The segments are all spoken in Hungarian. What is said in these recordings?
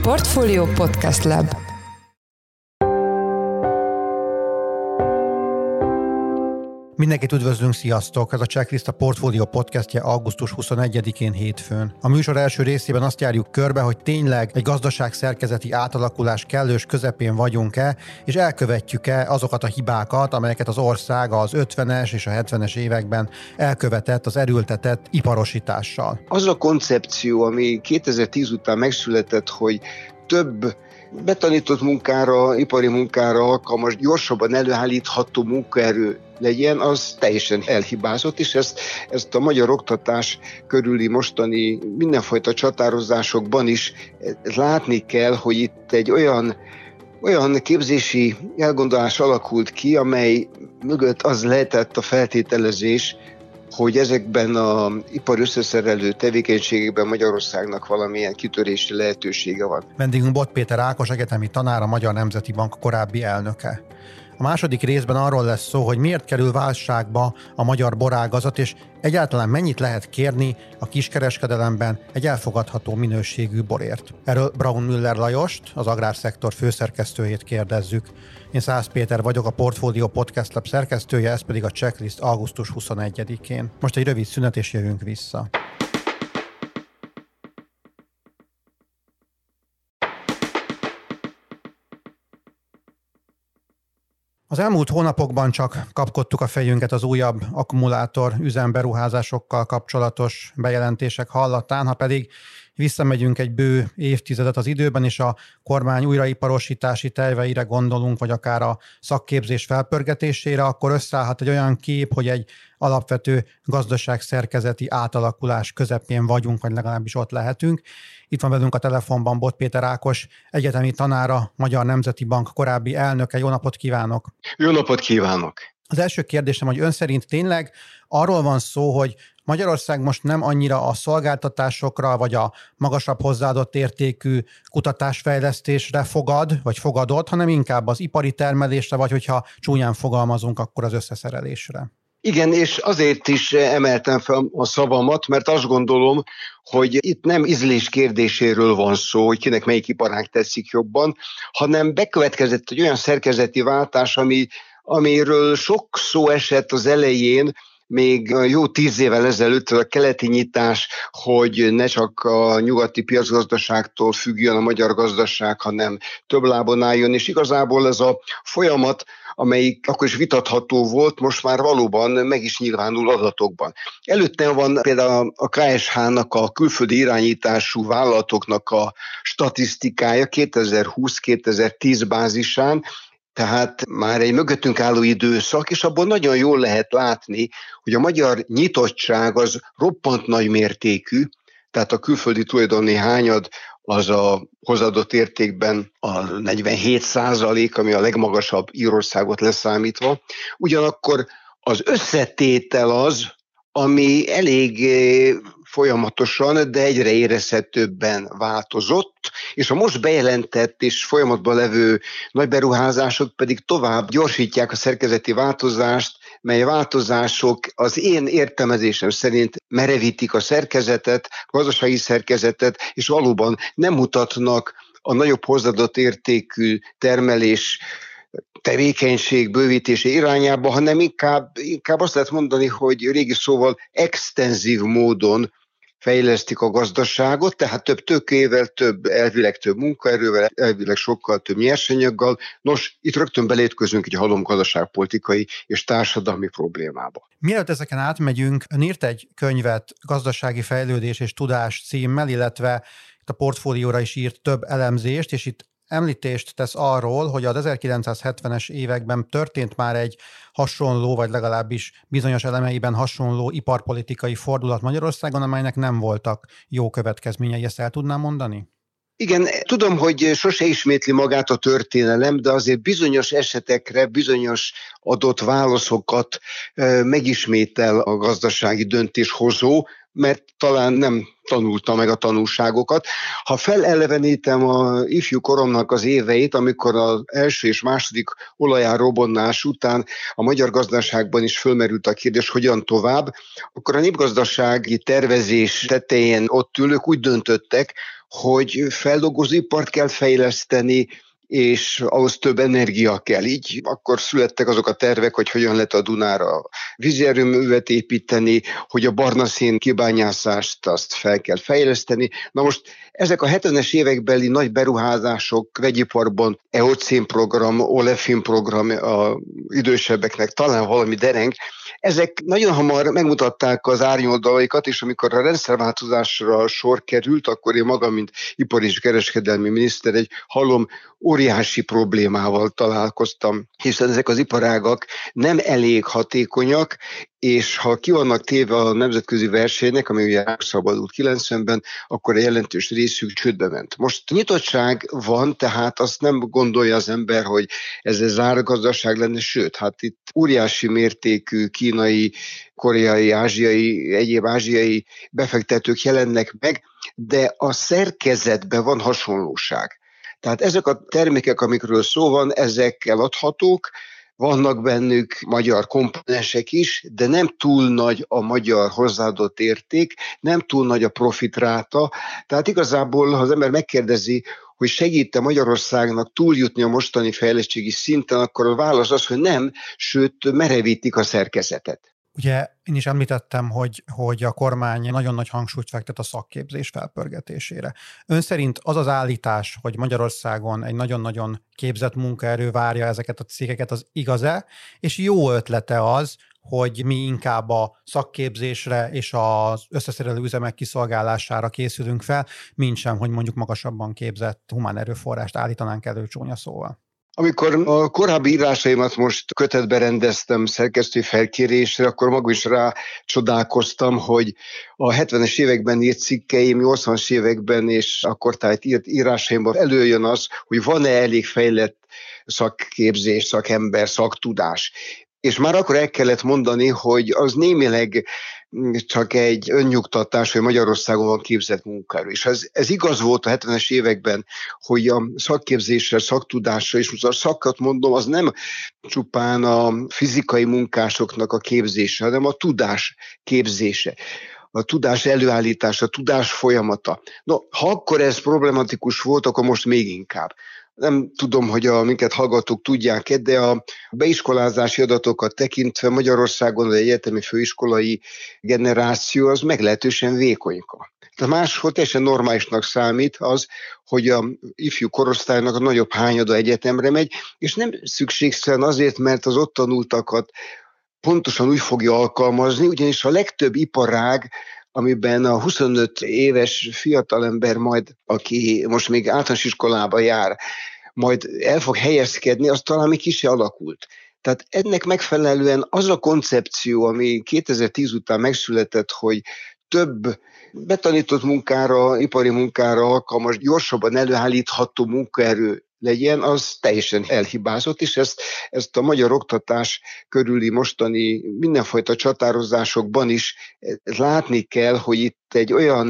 Portfolio Podcast Lab. Mindenkit üdvözlünk, sziasztok! Ez a Checklist a Portfolio podcastje augusztus 21-én hétfőn. A műsor első részében azt járjuk körbe, hogy tényleg egy gazdaságszerkezeti átalakulás kellős közepén vagyunk-e, és elkövetjük-e azokat a hibákat, amelyeket az ország az 50-es és a 70-es években elkövetett az erőltetett iparosítással. Az a koncepció, ami 2010 után megszületett, hogy több betanított munkára, ipari munkára alkalmas, gyorsabban előállítható munkaerő legyen, az teljesen elhibázott, és ezt a magyar oktatás körüli mostani mindenfajta csatározásokban is látni kell, hogy itt egy olyan képzési elgondolás alakult ki, amely mögött az lehetett a feltételezés, hogy ezekben az ipar összeszerelő tevékenységekben Magyarországnak valamilyen kitörési lehetősége van. Vendégünk Bot Péter Ákos, egyetemi tanár, a Magyar Nemzeti Bank korábbi elnöke. A második részben arról lesz szó, hogy miért kerül válságba a magyar borágazat, és egyáltalán mennyit lehet kérni a kiskereskedelemben egy elfogadható minőségű borért. Erről Braun Müller Lajost, az Agrárszektor főszerkesztőjét kérdezzük. Én Szász Péter vagyok, a Portfolio Podcast Lab szerkesztője, ez pedig a Checklist augusztus 21-én. Most egy rövid szünet, és jövünk vissza. Az elmúlt hónapokban csak kapkodtuk a fejünket az újabb akkumulátor üzemberuházásokkal kapcsolatos bejelentések hallatán, ha pedig visszamegyünk egy bő évtizedet az időben, és a kormány újraiparosítási terveire gondolunk, vagy akár a szakképzés felpörgetésére, akkor összeállhat egy olyan kép, hogy egy alapvető gazdaságszerkezeti átalakulás közepén vagyunk, vagy legalábbis ott lehetünk. Itt van velünk a telefonban Bot Péter Ákos, egyetemi tanára, Magyar Nemzeti Bank korábbi elnöke. Jó napot kívánok! Jó napot kívánok! Az első kérdésem, hogy ön szerint tényleg arról van szó, hogy Magyarország most nem annyira a szolgáltatásokra, vagy a magasabb hozzáadott értékű kutatásfejlesztésre fogad, vagy fogadott, hanem inkább az ipari termelésre, vagy hogyha csúnyán fogalmazunk, akkor az összeszerelésre. Igen, és azért is emeltem fel a szavamat, mert azt gondolom, hogy itt nem ízlés kérdéséről van szó, hogy kinek melyik iparág tetszik jobban, hanem bekövetkezett egy olyan szerkezeti váltás, amiről sok szó esett az elején, még jó 10 évvel ezelőtt a keleti nyitás, hogy ne csak a nyugati piacgazdaságtól függjön a magyar gazdaság, hanem több lábon álljon, és igazából ez a folyamat, amelyik akkor is vitatható volt, most már valóban meg is nyilvánul adatokban. Előtte van például a KSH-nak, a külföldi irányítású vállalatoknak a statisztikája 2020-2010 bázisán, tehát már egy mögöttünk álló időszak, és abból nagyon jól lehet látni, hogy a magyar nyitottság az roppant nagy mértékű, tehát a külföldi tulajdoni hányad az a hozzáadott értékben a 47%, ami a legmagasabb Írországot leszámítva. Ugyanakkor az összetétel az, ami elég folyamatosan, de egyre érezhetőbben változott, és a most bejelentett és folyamatban levő nagy beruházások pedig tovább gyorsítják a szerkezeti változást, mely változások az én értelmezésem szerint merevítik a szerkezetet, a gazdasági szerkezetet, és valóban nem mutatnak a nagyobb hozzáadott értékű termelés tevékenység bővítése irányába, hanem inkább azt lehet mondani, hogy régi szóval extenzív módon fejlesztik a gazdaságot, tehát több tőkével, elvileg több munkaerővel, elvileg sokkal több nyersanyaggal. Nos, itt rögtön belétközünk egy halom gazdaságpolitikai és társadalmi problémába. Mielőtt ezeken átmegyünk, ön írt egy könyvet Gazdasági fejlődés és tudás címmel, illetve itt a portfólióra is írt több elemzést, és itt említést tesz arról, hogy az 1970-es években történt már egy hasonló, vagy legalábbis bizonyos elemeiben hasonló iparpolitikai fordulat Magyarországon, amelynek nem voltak jó következményei. Ezt el tudnám mondani? Igen, tudom, hogy sose ismétli magát a történelem, de azért bizonyos esetekre, bizonyos adott válaszokat megismétel a gazdasági döntéshozó, mert talán nem tanulta meg a tanulságokat. Ha felelevenítem a ifjú koromnak az éveit, amikor az első és második olajárrobbanás után a magyar gazdaságban is fölmerült a kérdés, hogyan tovább, akkor a népgazdasági tervezés tetején ott ülők úgy döntöttek, hogy feldolgozóipart kell fejleszteni, és ahhoz több energia kell. Így akkor születtek azok a tervek, hogy hogyan lehet a Dunára vízierőművet építeni, hogy a barna szén kibányászást azt fel kell fejleszteni. Na most ezek a 70-es évekbeli nagy beruházások vegyiparban, EOCén program, Olefin program, a idősebbeknek talán valami dereng, ezek nagyon hamar megmutatták az árnyoldalaikat, és amikor a rendszerváltozásra sor került, akkor én magam, mint ipari és kereskedelmi miniszter egy óriási problémával találkoztam, hiszen ezek az iparágak nem elég hatékonyak, és ha ki vannak téve a nemzetközi versenynek, ami ugye megszabadult 90-ben, akkor a jelentős részük csődbe ment. Most nyitottság van, tehát azt nem gondolja az ember, hogy ez egy zárt gazdaság lenne, sőt, hát itt óriási mértékű kínai, koreai, egyéb ázsiai befektetők jelennek meg, de a szerkezetben van hasonlóság. Tehát ezek a termékek, amikről szó van, ezek eladhatók, vannak bennük magyar komponensek is, de nem túl nagy a magyar hozzáadott érték, nem túl nagy a profitráta. Tehát igazából, ha az ember megkérdezi, hogy segít-e Magyarországnak túljutni a mostani fejlettségi szinten, akkor a válasz az, hogy nem, sőt merevítik a szerkezetet. Ugye én is említettem, hogy a kormány nagyon nagy hangsúlyt fektet a szakképzés felpörgetésére. Ön szerint az az állítás, hogy Magyarországon egy nagyon-nagyon képzett munkaerő várja ezeket a cégeket, az igaz-e? És jó ötlete az, hogy mi inkább a szakképzésre és az összeszerelő üzemek kiszolgálására készülünk fel, mint sem, hogy mondjuk magasabban képzett humán erőforrást állítanánk elő csúnya szóval. Amikor a korábbi írásaimat most kötetbe rendeztem szerkesztői felkérésre, akkor magam is rácsodálkoztam, hogy a 70-es években írt cikkeim, 80-as években és akkortájt írt írásaimban előjön az, hogy van-e elég fejlett szakképzés, szakember, szaktudás. És már akkor el kellett mondani, hogy az némileg csak egy önnyugtatás, hogy Magyarországon van képzett munkaerő. És ez igaz volt a 70-es években, hogy a szakképzésre, szaktudásra, és most a szakkat mondom, az nem csupán a fizikai munkásoknak a képzése, hanem a tudás képzése, a tudás előállítása, a tudás folyamata. No, ha akkor ez problematikus volt, akkor most még inkább. Nem tudom, hogy a minket hallgatók tudják-e, de a beiskolázási adatokat tekintve Magyarországon az egyetemi főiskolai generáció az meglehetősen vékonyka. Tehát máshol teljesen normálisnak számít az, hogy a ifjú korosztálynak a nagyobb hányada egyetemre megy, és nem szükségszerűen azért, mert az ott tanultakat pontosan úgy fogja alkalmazni, ugyanis a legtöbb iparág, amiben a 25 éves fiatalember majd, aki most még általános iskolába jár, majd el fog helyezkedni, az talán még ki se alakult. Tehát ennek megfelelően az a koncepció, ami 2010 után megszületett, hogy több betanított munkára, ipari munkára alkalmas, gyorsabban előállítható munkaerő legyen, az teljesen elhibázott, és ezt a magyar oktatás körüli mostani mindenfajta csatározásokban is látni kell, hogy itt egy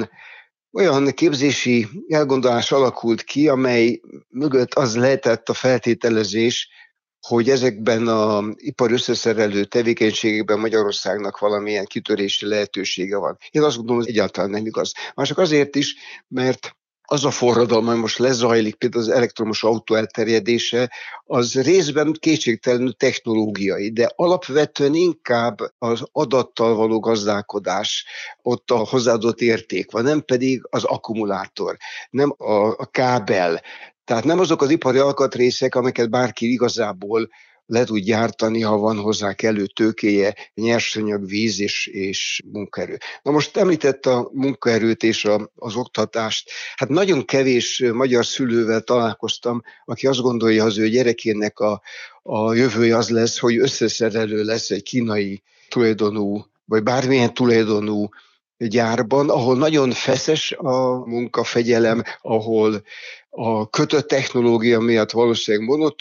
olyan képzési elgondolás alakult ki, amely mögött az lehetett a feltételezés, hogy ezekben az ipar összeszerelő tevékenységekben Magyarországnak valamilyen kitörési lehetősége van. Én azt gondolom, hogy egyáltalán nem igaz. Mások azért is, mert az a forradalom, ami most lezajlik, például az elektromos autó elterjedése, az részben kétségtelenül technológiai, de alapvetően inkább az adattal való gazdálkodás, ott a hozzáadott érték van, nem pedig az akkumulátor, nem a kábel. Tehát nem azok az ipari alkatrészek, amiket bárki igazából le tud gyártani, ha van hozzá kellő tőkéje, nyersanyag, víz és munkaerő. Na most említett a munkaerőt és az oktatást. Hát nagyon kevés magyar szülővel találkoztam, aki azt gondolja, az ő gyerekének a jövője az lesz, hogy összeszerelő lesz egy kínai tulajdonú, vagy bármilyen tulajdonú gyárban, ahol nagyon feszes a munkafegyelem, ahol a kötött technológia miatt valószínűleg monoton,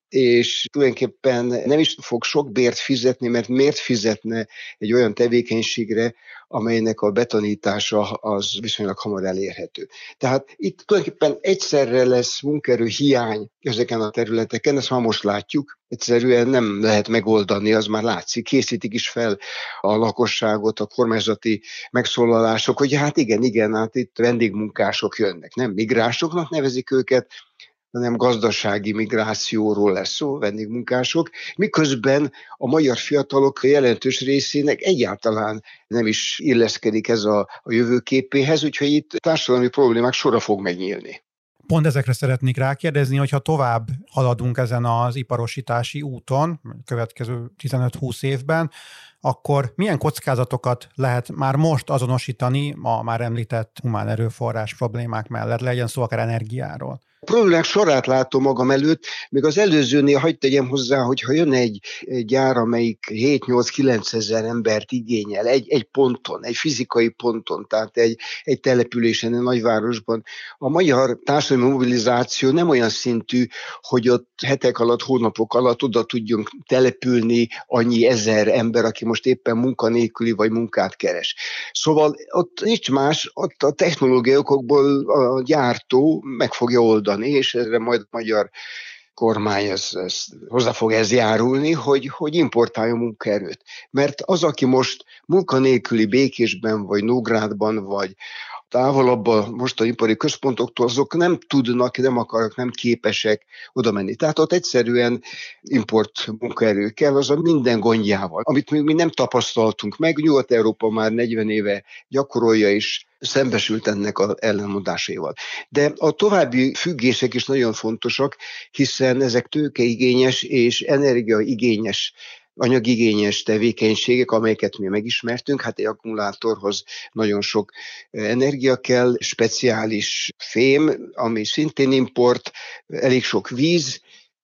és tulajdonképpen nem is fog sok bért fizetni, mert miért fizetne egy olyan tevékenységre, amelynek a betanítása az viszonylag hamar elérhető. Tehát itt tulajdonképpen egyszerre lesz munkaerő hiány ezeken a területeken, ezt már most látjuk, egyszerűen nem lehet megoldani, az már látszik, készítik is fel a lakosságot, a kormányzati megszólalások, hogy hát igen, hát itt vendégmunkások jönnek, nem migránsoknak nevezik őket, hanem gazdasági migrációról lesz szó, vendégmunkások, miközben a magyar fiatalok jelentős részének egyáltalán nem is illeszkedik ez a jövőképéhez, úgyhogy itt társadalmi problémák sora fog megnyílni. Pont ezekre szeretnék rákérdezni, hogyha tovább haladunk ezen az iparosítási úton, következő 15-20 évben, akkor milyen kockázatokat lehet már most azonosítani a már említett humán erőforrás problémák mellett, legyen szó akár energiáról? A problémák sorát látom magam előtt, még az előzőnél hagyd tegyem hozzá, hogy ha jön egy gyár, amelyik 7-8-9 ezer embert igényel egy ponton, egy fizikai ponton, tehát egy településen, egy nagyvárosban, a magyar társadalmi mobilizáció nem olyan szintű, hogy ott hetek alatt, hónapok alatt oda tudjunk települni annyi ezer ember, aki most éppen munkanélküli vagy munkát keres. Szóval ott nincs más, ott a technológiai okokból a gyártó meg fogja oldani, és erre majd a magyar kormány hozzá fog ez járulni, hogy importáljon munkaerőt. Mert az, aki most munkanélküli Békésben, vagy Nógrádban, vagy távolabb a mostani ipari központoktól, azok nem tudnak, nem akarnak, nem képesek oda menni. Tehát ott egyszerűen import munkaerő kell, az a minden gondjával, amit mi nem tapasztaltunk meg. Nyugat-Európa már 40 éve gyakorolja is, szembesült ennek az ellenmondásaival. De a további függések is nagyon fontosak, hiszen ezek tőkeigényes és energiaigényes, anyagigényes tevékenységek, amelyeket mi megismertünk. Hát egy akkumulátorhoz nagyon sok energia kell, speciális fém, ami szintén import, elég sok víz,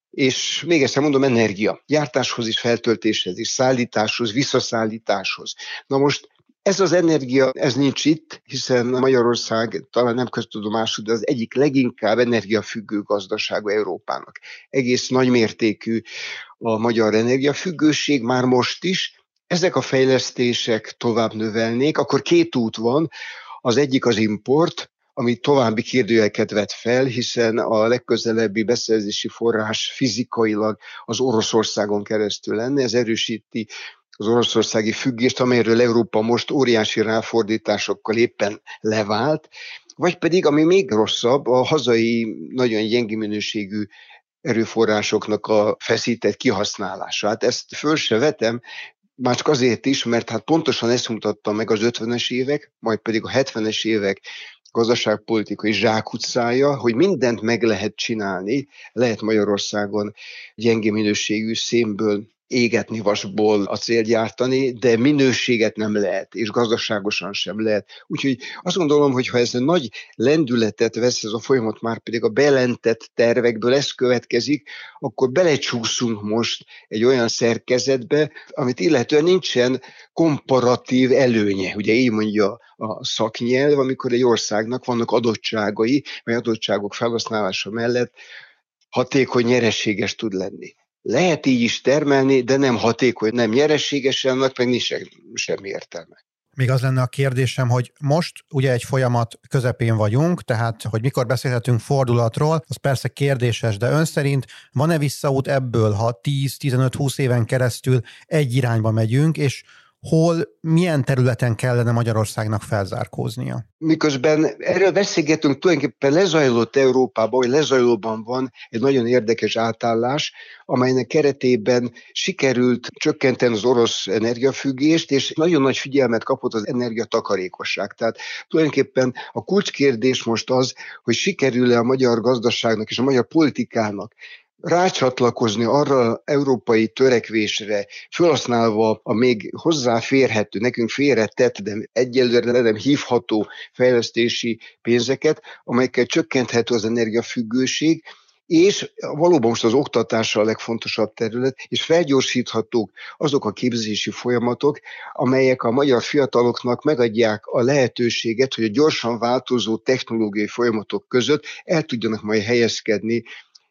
és még egyszer mondom, energia. Gyártáshoz is, feltöltéshez is, szállításhoz, visszaszállításhoz. Na most ez az energia, ez nincs itt, hiszen Magyarország talán nem köztudomású, de az egyik leginkább energiafüggő gazdasága Európának. Egész nagymértékű a magyar energiafüggőség már most is. Ezek a fejlesztések tovább növelnék, akkor két út van. Az egyik az import, ami további kérdőjeleket vet fel, hiszen a legközelebbi beszerzési forrás fizikailag az Oroszországon keresztül lenne, ez erősíti az oroszországi függést, amelyről Európa most óriási ráfordításokkal éppen levált, vagy pedig, ami még rosszabb, a hazai nagyon gyenge minőségű erőforrásoknak a feszített kihasználása. Hát ezt föl se vetem, már csak azért is, mert hát pontosan ezt mutatta meg az 50-es évek, majd pedig a 70-es évek gazdaságpolitikai zsákutcája, hogy mindent meg lehet csinálni, lehet Magyarországon gyenge minőségű szénből égetni, vasból acélt gyártani, de minőséget nem lehet, és gazdaságosan sem lehet. Úgyhogy azt gondolom, hogy ha ez a nagy lendületet vesz ez a folyamat, már pedig a bejelentett tervekből ez következik, akkor belecsúszunk most egy olyan szerkezetbe, amit illetően nincsen komparatív előnye. Ugye így mondja a szaknyelv, amikor egy országnak vannak adottságai, vagy adottságok felhasználása mellett hatékony, nyereséges tud lenni. Lehet így is termelni, de nem hatékony, nem nyereséges, annak meg nincs semmi értelme. Még az lenne a kérdésem, hogy most ugye egy folyamat közepén vagyunk, tehát hogy mikor beszélhetünk fordulatról, az persze kérdéses, de ön szerint van-e visszaút ebből, ha 10-15-20 éven keresztül egy irányba megyünk, és hol, milyen területen kellene Magyarországnak felzárkóznia? Miközben erről beszélgetünk, tulajdonképpen lezajlott Európában, vagy lezajlóban van egy nagyon érdekes átállás, amelynek keretében sikerült csökkenteni az orosz energiafüggést, és nagyon nagy figyelmet kapott az energiatakarékosság. Tehát tulajdonképpen a kulcskérdés most az, hogy sikerül-e a magyar gazdaságnak és a magyar politikának rácsatlakozni arra az európai törekvésre, felhasználva a még hozzáférhető, nekünk félretett, de egyelőre nem hívható fejlesztési pénzeket, amelyekkel csökkenthető az energiafüggőség, és valóban most az oktatás a legfontosabb terület, és felgyorsíthatók azok a képzési folyamatok, amelyek a magyar fiataloknak megadják a lehetőséget, hogy a gyorsan változó technológiai folyamatok között el tudjanak majd helyezkedni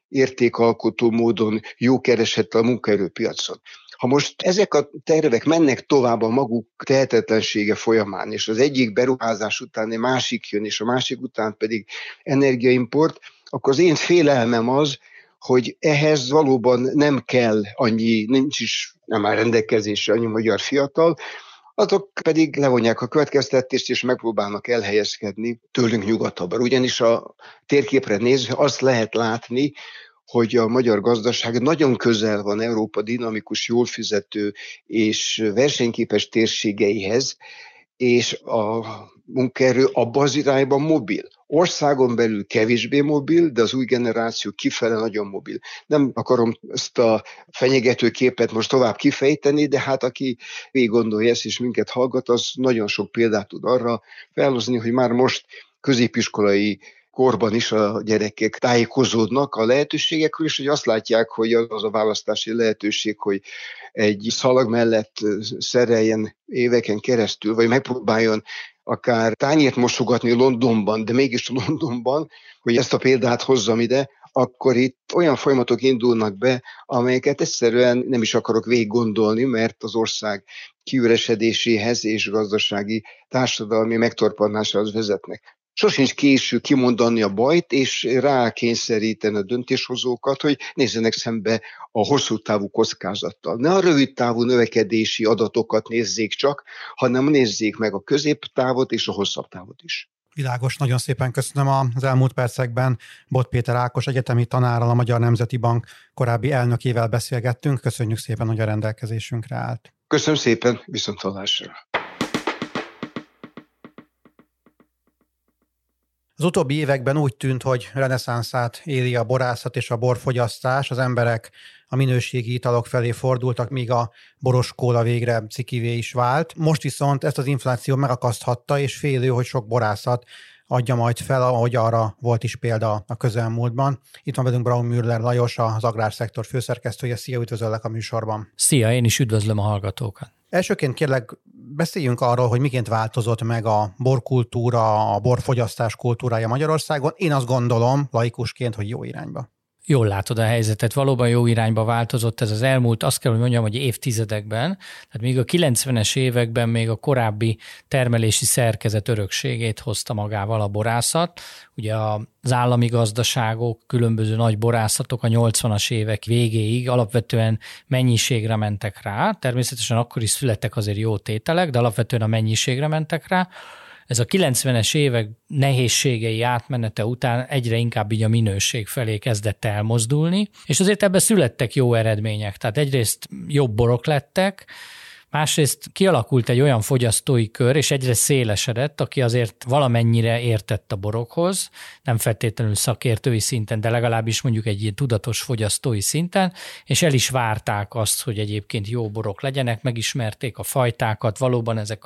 értékalkotó módon jó keresettel a munkaerőpiacon. Ha most ezek a tervek mennek tovább a maguk tehetetlensége folyamán, és az egyik beruházás után egy másik jön, és a másik után pedig energiaimport, akkor az én félelmem az, hogy ehhez valóban nem kell annyi, nincs is nem áll rendelkezésre annyi magyar fiatal, azok pedig levonják a következtetést, és megpróbálnak elhelyezkedni tőlünk nyugatabbra. Ugyanis a térképre nézve azt lehet látni, hogy a magyar gazdaság nagyon közel van Európa dinamikus, jól fizető és versenyképes térségeihez, és a munkaerő abban az irányban mobil. Országon belül kevésbé mobil, de az új generáció kifele nagyon mobil. Nem akarom ezt a fenyegető képet most tovább kifejteni, de hát aki végig gondolja ezt és minket hallgat, az nagyon sok példát tud arra felhozni, hogy már most középiskolai korban is a gyerekek tájékozódnak a lehetőségekről, és hogy azt látják, hogy az a választási lehetőség, hogy egy szalag mellett szereljen éveken keresztül, vagy megpróbáljon akár tányért mosogatni Londonban, de mégis Londonban, hogy ezt a példát hozzam ide, akkor itt olyan folyamatok indulnak be, amelyeket egyszerűen nem is akarok végig gondolni, mert az ország kiüresedéséhez és gazdasági, társadalmi megtorpanásához vezetnek. Sosincs késő kimondani a bajt, és rákényszeríteni a döntéshozókat, hogy nézzenek szembe a hosszú távú kockázattal. Ne a rövid távú növekedési adatokat nézzék csak, hanem nézzék meg a középtávot és a hosszabb távot is. Világos, nagyon szépen köszönöm az elmúlt percekben. Bot Péter Ákos egyetemi tanárral, a Magyar Nemzeti Bank korábbi elnökével beszélgettünk. Köszönjük szépen, hogy a rendelkezésünkre állt. Köszönöm szépen, viszonthallásra. Az utóbbi években úgy tűnt, hogy reneszánszát éli a borászat és a borfogyasztás, az emberek a minőségi italok felé fordultak, míg a boros kóla végre cikivé is vált. Most viszont ezt az infláció megakaszthatta, és félő, hogy sok borászat adja majd fel, ahogy arra volt is példa a közelmúltban. Itt van velünk Braun Müller Lajos, az Agrárszektor főszerkesztője. Szia, üdvözöllek a műsorban. Szia, én is üdvözlöm a hallgatókat. Elsőként kérlek, beszéljünk arról, hogy miként változott meg a borkultúra, a borfogyasztás kultúrája Magyarországon. Én azt gondolom, laikusként, hogy jó irányba. Jól látod a helyzetet, valóban jó irányba változott ez az elmúlt, azt kell, hogy mondjam, hogy évtizedekben, tehát még a 90-es években még a korábbi termelési szerkezet örökségét hozta magával a borászat. Ugye az állami gazdaságok, különböző nagy borászatok a 80-as évek végéig alapvetően mennyiségre mentek rá, természetesen akkor is születtek azért jó tételek, de alapvetően a mennyiségre mentek rá. Ez a 90-es évek nehézségei átmenete után egyre inkább így a minőség felé kezdett elmozdulni, és azért ebben születtek jó eredmények. Tehát egyrészt jobb borok lettek, másrészt kialakult egy olyan fogyasztói kör, és egyre szélesedett, aki azért valamennyire értett a borokhoz, nem feltétlenül szakértői szinten, de legalábbis mondjuk egy ilyen tudatos fogyasztói szinten, és el is várták azt, hogy egyébként jó borok legyenek, megismerték a fajtákat, valóban ezek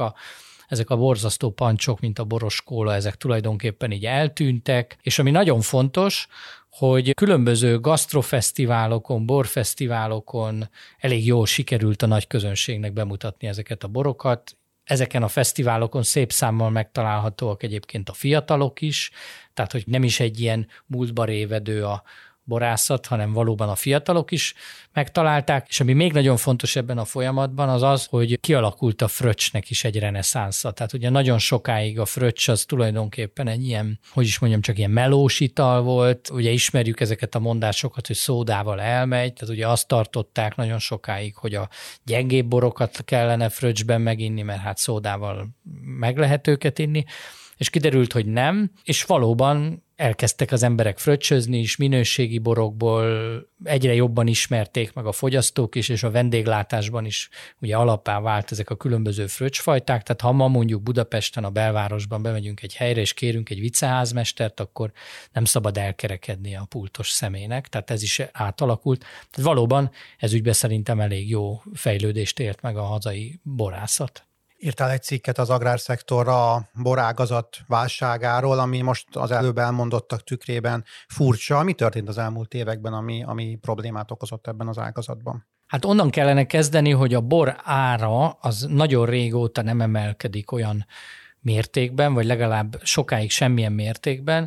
a borzasztó pancsok, mint a boros kóla, ezek tulajdonképpen így eltűntek, és ami nagyon fontos, hogy különböző gasztrofesztiválokon, borfesztiválokon elég jól sikerült a nagy közönségnek bemutatni ezeket a borokat. Ezeken a fesztiválokon szép számmal megtalálhatóak egyébként a fiatalok is, tehát hogy nem is egy ilyen múltba révedő a borászat, hanem valóban a fiatalok is megtalálták, és ami még nagyon fontos ebben a folyamatban az az, hogy kialakult a fröccsnek is egy reneszánsza. Tehát ugye nagyon sokáig a fröccs az tulajdonképpen egy ilyen, hogy is mondjam, csak ilyen melós ital volt. Ugye ismerjük ezeket a mondásokat, hogy szódával elmegy, tehát ugye azt tartották nagyon sokáig, hogy a gyengébb borokat kellene fröccsben meginni, mert hát szódával meg lehet őket inni, és kiderült, hogy nem, és valóban elkezdtek az emberek fröccsözni is, minőségi borokból egyre jobban ismerték meg a fogyasztók is, és a vendéglátásban is ugye alappá vált ezek a különböző fröccsfajták, tehát ha ma mondjuk Budapesten, a belvárosban bemegyünk egy helyre, és kérünk egy viceházmestert, akkor nem szabad elkerekedni a pultos személynek, tehát ez is átalakult. Tehát valóban ez ügyben szerintem elég jó fejlődést ért meg a hazai borászat. Írtál egy cikket az agrárszektorra a borágazat válságáról, ami most az előbb elmondottak tükrében furcsa. Mi történt az elmúlt években, ami problémát okozott ebben az ágazatban? Hát onnan kellene kezdeni, hogy a bor ára az nagyon régóta nem emelkedik olyan mértékben, vagy legalább sokáig semmilyen mértékben,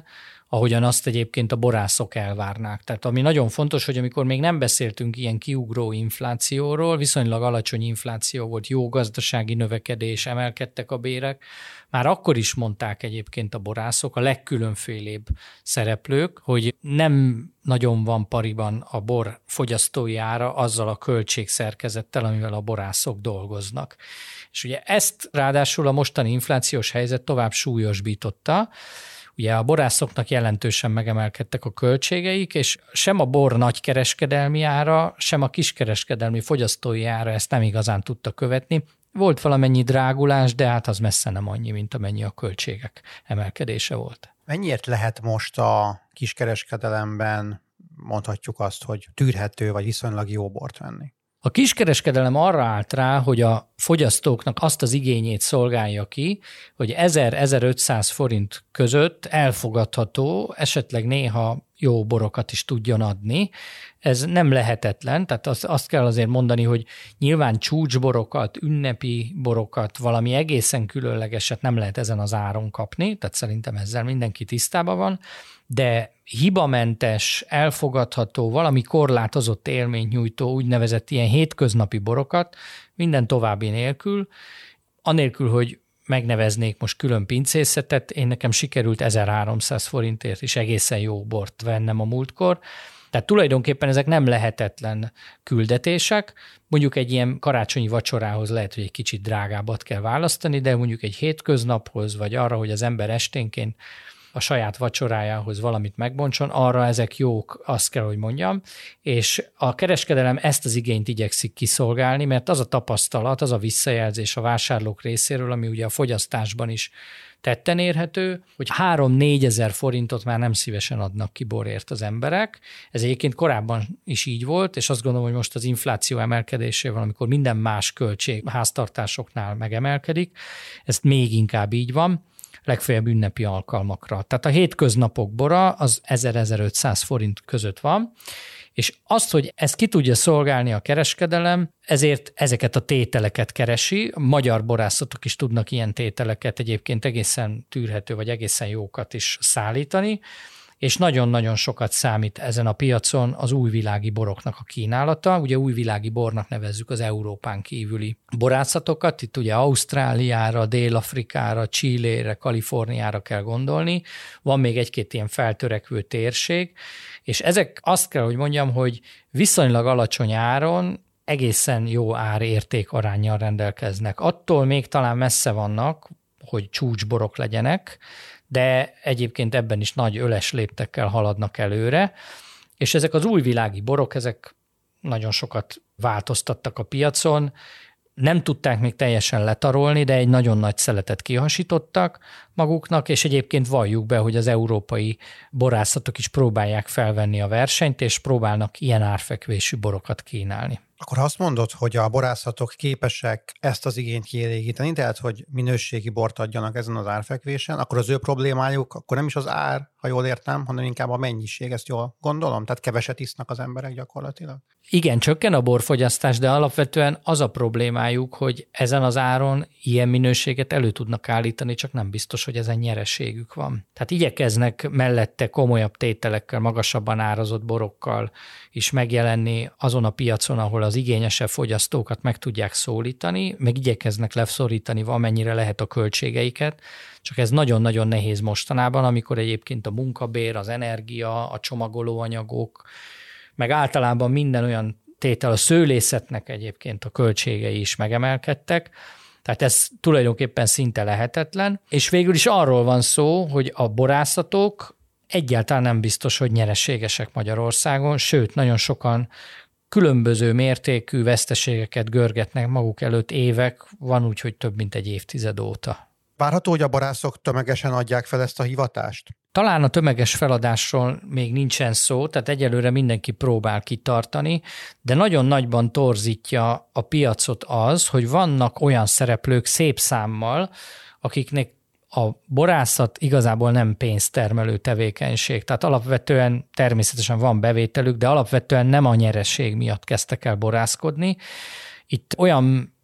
ahogyan azt egyébként a borászok elvárnák. Tehát ami nagyon fontos, hogy amikor még nem beszéltünk ilyen kiugró inflációról, viszonylag alacsony infláció volt, jó gazdasági növekedés, emelkedtek a bérek, már akkor is mondták egyébként a borászok, a legkülönfélébb szereplők, hogy nem nagyon van pariban a bor fogyasztói ára azzal a költségszerkezettel, amivel a borászok dolgoznak. És ugye ezt ráadásul a mostani inflációs helyzet tovább súlyosbította. Ugye a borászoknak jelentősen megemelkedtek a költségeik, és sem a bor nagykereskedelmi ára, sem a kiskereskedelmi fogyasztói ára ezt nem igazán tudta követni. Volt valamennyi drágulás, de hát az messze nem annyi, mint amennyi a költségek emelkedése volt. Mennyiért lehet most a kiskereskedelemben, mondhatjuk azt, hogy tűrhető vagy viszonylag jó bort venni? A kiskereskedelem arra állt rá, hogy a fogyasztóknak azt az igényét szolgálja ki, hogy 1000-1500 forint között elfogadható, esetleg néha jó borokat is tudjon adni. Ez nem lehetetlen, tehát azt kell azért mondani, hogy nyilván csúcsborokat, ünnepi borokat, valami egészen különlegeset nem lehet ezen az áron kapni, tehát szerintem ezzel mindenki tisztában van, de hibamentes, elfogadható, valami korlátozott élményt nyújtó úgynevezett ilyen hétköznapi borokat minden további nélkül, anélkül, hogy megneveznék most külön pincészetet, nekem sikerült 1300 forintért is egészen jó bort vennem a múltkor. Tehát tulajdonképpen ezek nem lehetetlen küldetések. Mondjuk egy ilyen karácsonyi vacsorához lehet, hogy egy kicsit drágábbat kell választani, de mondjuk egy hétköznaphoz, vagy arra, hogy az ember esténként a saját vacsorájához valamit megbontson, arra ezek jók, azt kell, hogy mondjam, és a kereskedelem ezt az igényt igyekszik kiszolgálni, mert az a tapasztalat, az a visszajelzés a vásárlók részéről, ami ugye a fogyasztásban is tetten érhető, hogy 3-4 ezer forintot már nem szívesen adnak ki borért az emberek. Ez egyébként korábban is így volt, és azt gondolom, hogy most az infláció emelkedésével, amikor minden más költség háztartásoknál megemelkedik, ez még inkább így van, legfeljebb ünnepi alkalmakra. Tehát a hétköznapok bora az 1000-1500 forint között van, és azt, hogy ezt ki tudja szolgálni a kereskedelem, ezért ezeket a tételeket keresi. A magyar borászatok is tudnak ilyen tételeket egyébként egészen tűrhető, vagy egészen jókat is szállítani, és nagyon-nagyon sokat számít ezen a piacon az újvilági boroknak a kínálata. Ugye újvilági bornak nevezzük az Európán kívüli borászatokat, itt ugye Ausztráliára, Dél-Afrikára, Chilére, Kaliforniára kell gondolni, van még egy-két ilyen feltörekvő térség, és ezek azt kell, hogy mondjam, hogy viszonylag alacsony áron egészen jó ár-érték aránnyal rendelkeznek. Attól még talán messze vannak, hogy csúcsborok legyenek, de egyébként ebben is nagy öles léptekkel haladnak előre, és ezek az újvilági borok, ezek nagyon sokat változtattak a piacon, nem tudták még teljesen letarolni, de egy nagyon nagy szeletet kihasítottak maguknak, és egyébként valljuk be, hogy az európai borászatok is próbálják felvenni a versenyt, és próbálnak ilyen árfekvésű borokat kínálni. Akkor azt mondod, hogy a borászatok képesek ezt az igényt kielégíteni, tehát hogy minőségi bort adjanak ezen az árfekvésen, akkor az ő problémájuk akkor nem is az ár, ha jól értem, hanem inkább a mennyiség, ezt jól gondolom? Tehát keveset isznak az emberek gyakorlatilag? Igen, csökken a borfogyasztás, de alapvetően az a problémájuk, hogy ezen az áron ilyen minőséget elő tudnak állítani, csak nem biztos, hogy ezen nyereségük van. Tehát igyekeznek mellette komolyabb tételekkel, magasabban árazott borokkal is megjelenni azon a piacon, ahol az igényesebb fogyasztókat meg tudják szólítani, meg igyekeznek leszorítani amennyire lehet a költségeiket, csak ez nagyon-nagyon nehéz mostanában, amikor egyébként a munkabér, az energia, a csomagolóanyagok, meg általában minden olyan tétel, a szőlészetnek egyébként a költségei is megemelkedtek, tehát ez tulajdonképpen szinte lehetetlen, és végül is arról van szó, hogy a borászatok egyáltalán nem biztos, hogy nyereségesek Magyarországon, sőt, nagyon sokan különböző mértékű veszteségeket görgetnek maguk előtt évek, van úgy, hogy több mint egy évtized óta. Várható, hogy a borászok tömegesen adják fel ezt a hivatást? Talán a tömeges feladásról még nincsen szó, tehát egyelőre mindenki próbál kitartani, de nagyon nagyban torzítja a piacot az, hogy vannak olyan szereplők szép számmal, akiknek a borászat igazából nem pénztermelő tevékenység, tehát alapvetően természetesen van bevételük, de alapvetően nem a nyereség miatt kezdtek el borászkodni. Itt olyan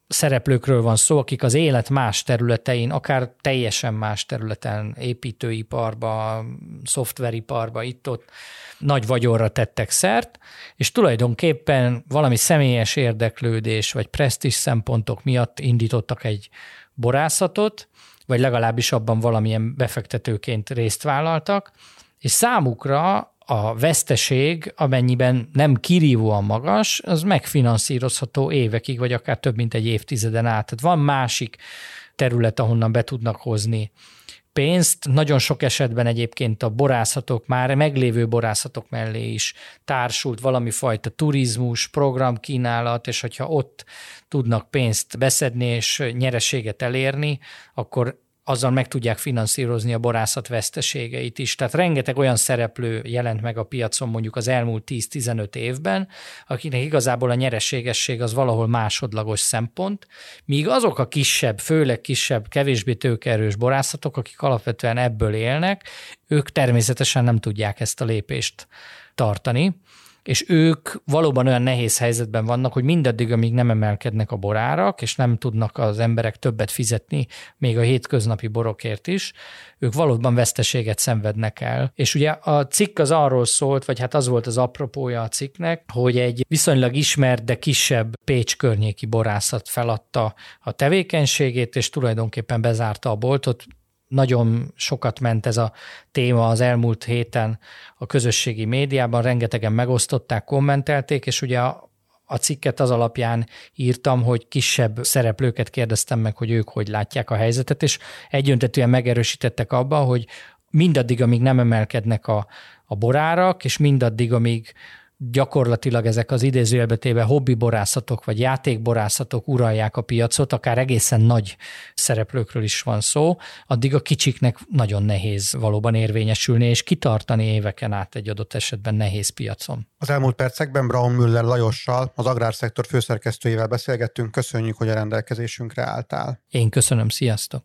szereplőkről van szó, akik az élet más területein, akár teljesen más területen, építőiparba, szoftveriparba, itt-ott nagy vagyonra tettek szert, és tulajdonképpen valami személyes érdeklődés vagy presztízs szempontok miatt indítottak egy borászatot, vagy legalábbis abban valamilyen befektetőként részt vállaltak, és számukra a veszteség, amennyiben nem kirívóan magas, az megfinanszírozható évekig, vagy akár több mint egy évtizeden át. Tehát van másik terület, ahonnan be tudnak hozni pénzt. Nagyon sok esetben egyébként a borászatok, már meglévő borászatok mellé is társult valami fajta turizmus, programkínálat, és hogyha ott tudnak pénzt beszedni és nyereséget elérni, akkor azzal meg tudják finanszírozni a borászat veszteségeit is. Tehát rengeteg olyan szereplő jelent meg a piacon mondjuk az elmúlt 10-15 évben, akinek igazából a nyereségesség az valahol másodlagos szempont, míg azok a kisebb, főleg kisebb, kevésbé tőkeerős borászatok, akik alapvetően ebből élnek, ők természetesen nem tudják ezt a lépést tartani, és ők valóban olyan nehéz helyzetben vannak, hogy mindaddig, amíg nem emelkednek a borárak, és nem tudnak az emberek többet fizetni, még a hétköznapi borokért is, ők valóban veszteséget szenvednek el. És ugye a cikk az arról szólt, vagy hát az volt az apropója a cikknek, hogy egy viszonylag ismert, de kisebb Pécs környéki borászat feladta a tevékenységét, és tulajdonképpen bezárta a boltot. Nagyon sokat ment ez a téma az elmúlt héten a közösségi médiában, rengetegen megosztották, kommentelték, és ugye a cikket az alapján írtam, hogy kisebb szereplőket kérdeztem meg, hogy ők hogy látják a helyzetet, és egyöntetűen megerősítettek abban, hogy mindaddig, amíg nem emelkednek a borárak, és mindaddig, amíg gyakorlatilag ezek az idézőjelbe téve hobbiborászatok vagy játékborászatok uralják a piacot, akár egészen nagy szereplőkről is van szó, addig a kicsiknek nagyon nehéz valóban érvényesülni és kitartani éveken át egy adott esetben nehéz piacon. Az elmúlt percekben Braunmüller Lajossal, az agrárszektor főszerkesztőjével beszélgettünk. Köszönjük, hogy a rendelkezésünkre álltál. Én köszönöm, sziasztok!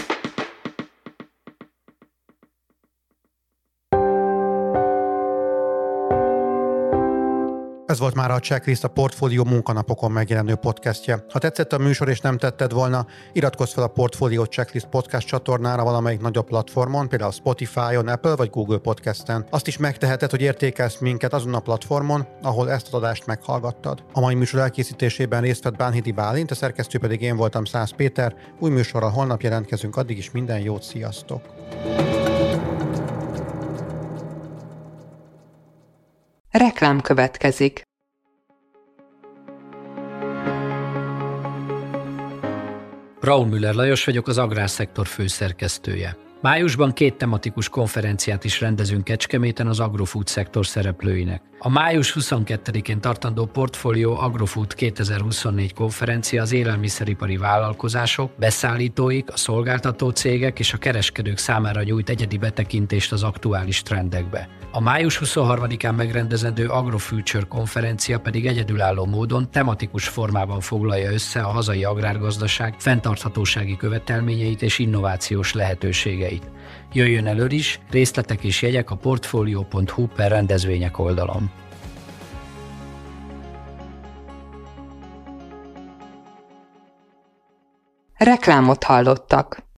Ez volt már a Checklist, a Portfólió munkanapokon megjelenő podcastje. Ha tetszett a műsor és nem tetted volna, iratkozz fel a Portfólió Checklist podcast csatornára valamelyik nagyobb platformon, például Spotify-on, Apple vagy Google Podcasten. Azt is megteheted, hogy értékelsz minket azon a platformon, ahol ezt az adást meghallgattad. A mai műsor elkészítésében részt vett Bánhidi Bálint, a szerkesztő pedig én voltam, Szász Péter. Új műsorral holnap jelentkezünk, addig is minden jót, sziasztok! Reklám következik. Braunmüller Lajos vagyok, az agrárszektor főszerkesztője. Májusban 2 tematikus konferenciát is rendezünk Kecskeméten az agrofood szektor szereplőinek. A május 22-én tartandó Portfolio Agrofood 2024 konferencia az élelmiszeripari vállalkozások, beszállítóik, a szolgáltató cégek és a kereskedők számára nyújt egyedi betekintést az aktuális trendekbe. A május 23-án megrendezendő AgroFuture konferencia pedig egyedülálló módon tematikus formában foglalja össze a hazai agrárgazdaság fenntarthatósági követelményeit és innovációs lehetőségeit. Jöjjön elő is, részletek és jegyek a portfolio.hu/rendezvények oldalon. Reklámot hallottak.